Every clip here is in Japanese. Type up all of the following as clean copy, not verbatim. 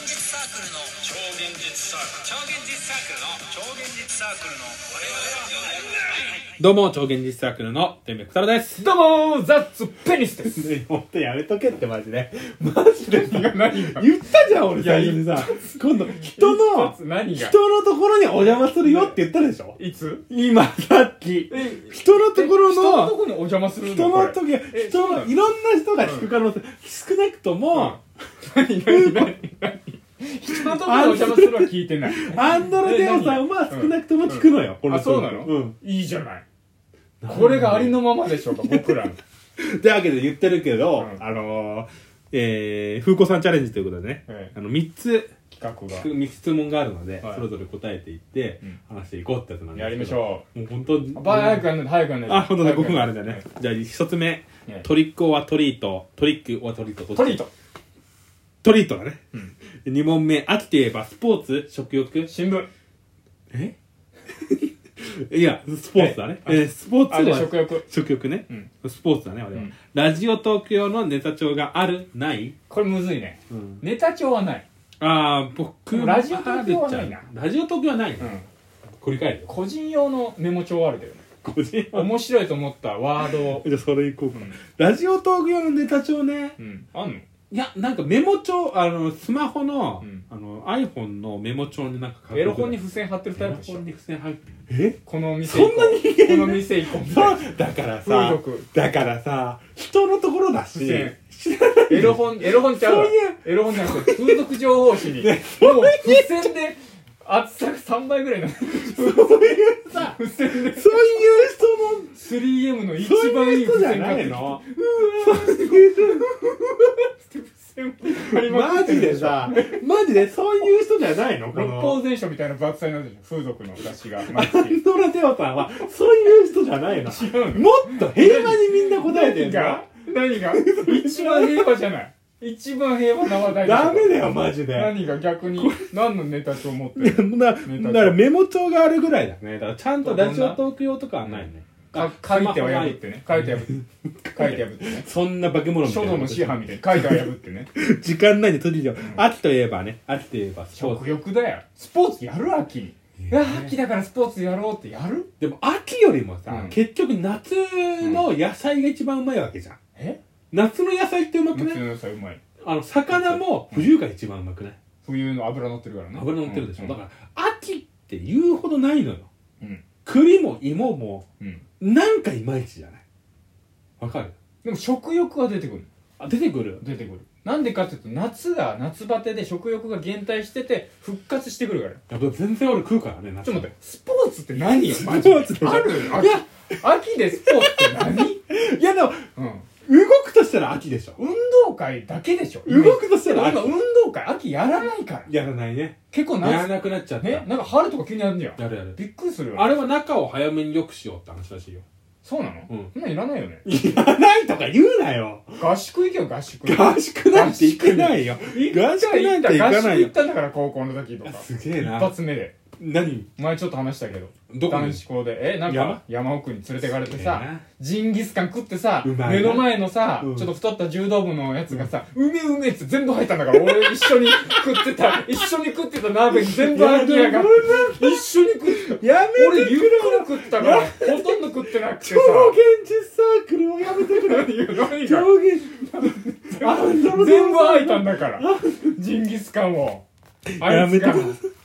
実サークルの超現実サークルの我々はどうも超現実サークルの天命くたらです。 どうもザッツペニスです。 ほんとやめとけってマジでマジで何が言ったじゃん俺最初にさ、今度人のところにお邪魔するよって言ったでしょ。 いつ？ 今さっき人のところの人のところにお邪魔するの？ 人の時人のいろんな人が聞く可能性、少なくとも何人のところにお邪魔するは聞いてない。 アンドロデオさんは少なくとも聞くのよ。 あ、そうなの？ うん。 いいじゃない。これがありのままでしょうか、僕らの。 ってわけで言ってるけど、風子さんチャレンジということでね、3つ企画が 3質問があるので、それぞれ答えていって話していこうってやつなんですけど、 やりましょう。もう本当早くやんないと早くやんないと。 あ、本当だ、5分あるんだね。じゃあ1つ目、トリックオアトリート、トリックオアトリート、 トリートだね。2問目、秋といえばスポーツ、食欲、 新聞。 いや、スポーツだね。スポーツは食欲ね。スポーツだね、俺は。ラジオ東京のネタ帳がある？ない？ これむずいね。ネタ帳はない。 僕ラジオ東京はないな。 ラジオ東京はないね。繰り返るよ。 個人用のメモ帳はあるけどね。個人用面白いと思ったワードを。 じゃあそれいこうか。ラジオ東京のネタ帳ね。 あんの？ いや、なんかメモ帳、スマホの、iPhone のメモ帳になんか書く。 エロ本に付箋貼ってるタイプでしょ。 エロ本に付箋貼って、 この店そんなにこの店行こう。 だからさ、人のところだし、エロ本ちゃうわ。エロ本じゃなくて、風俗情報誌に、もう付箋で、厚さ3倍ぐらいになってる。 そういうさ、 付箋で。 そういう人の 3M の一番いい付箋買ってきて。 マジでさ、マジでそういう人じゃないの？ 六法全書みたいな分厚さになるでしょ、風俗の雑誌が。 アンドラテオさんはそういう人じゃないの。 違うの？ もっと平和にみんな答えてるの。 何が一番平和じゃない。一番平和な話題でしょ。 ダメだよマジで。 何が逆に何のネタ帳持ってる？ だからメモ帳があるぐらいだね。だからちゃんとラジオトーク用とかはないね。 書いては破ってね。書いて破ってね。 そんな化け物みたいな。 書道の師範みたいに書いては破ってね。 時間ないんで閉じてよ。秋といえばね、秋といえばスポーツ。 食欲だよ。スポーツやる？秋に。秋だからスポーツやろうってやる？ でも秋よりもさ、結局夏の野菜が一番うまいわけじゃん。夏の野菜ってうまくない？ 夏の野菜うまい。 魚も冬が一番うまくない？ 冬の油乗ってるからね。 油乗ってるでしょ。だから秋って言うほどないのよ。栗も芋もなんかいまいちじゃない？わかる？ でも食欲は出てくる。 出てくる。 なんでかっていうと夏バテで食欲が減退してて復活してくるから。 いや全然俺食うからね。 ちょっと待って、スポーツって何よマジで。ある？いや秋でスポーツって何？ いやでも動くとしたら秋でしょ。 運動会だけでしょ。 動くとしたら秋。 今運動会秋やらないから。 やらないね。 結構やらなくなっちゃった。 なんか春とか急にやるんじゃん。 やる。 びっくりするよ。 あれは中を早めに良くしようって話らしいよ。 そうなの？そんなんいらないよね。 いらないとか言うなよ。 合宿行けよ合宿。 合宿なんて行けないよ。合宿なんて行かないよ。 合宿行ったんだから高校の時とか。 すげえな。 一発目で。 何？ 前ちょっと話したけど。 どこ？ 男子校でなんか山奥に連れてかれてさ、ジンギスカン食ってさ、目の前のさ、ちょっと太った柔道部のやつがさ、うめって全部入ったんだから、俺一緒に食ってた鍋に全部入りやがって、一緒に食ってた。俺ゆっくり食ったからほとんど食ってなくてさ、 超現実サークルをやめてくれ。 何が全部入ったんだからジンギスカンを。 やめてくれ。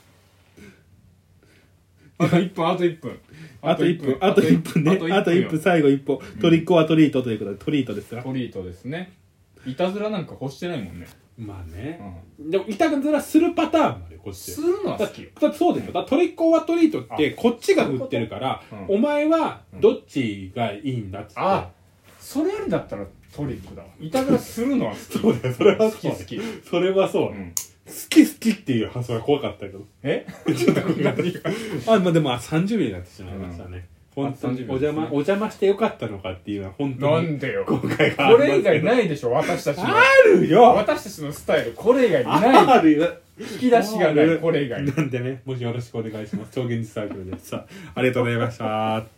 あと1分あと1分最後1歩。トリックオアトリートということでトリートですが。 トリートですね。いたずらなんか欲してないもんね。 まあね。でもいたずらするパターンもあるよこっち。 するのは好きよ。 だってそうですよ。トリックオアトリートってこっちが振ってるからお前はどっちがいいんだっつって。 あ、それやるんだったらトリックだわ。いたずらするのは好き。 そうだよ。それは好き。 それはそう。好きっていう発想が怖かったけど。ちょっとまあでも30秒になってしまいましたね。本当にお邪魔してよかったのかっていうのは本当に。 なんでよ。 今回がこれ以外ないでしょ私たちの。 あるよ。 私たちのスタイルこれ以外ない。 あるよ。 引き出しがないこれ以外。 なんでね、もしよろしくお願いします。超現実サークルです。さあ、ありがとうございました。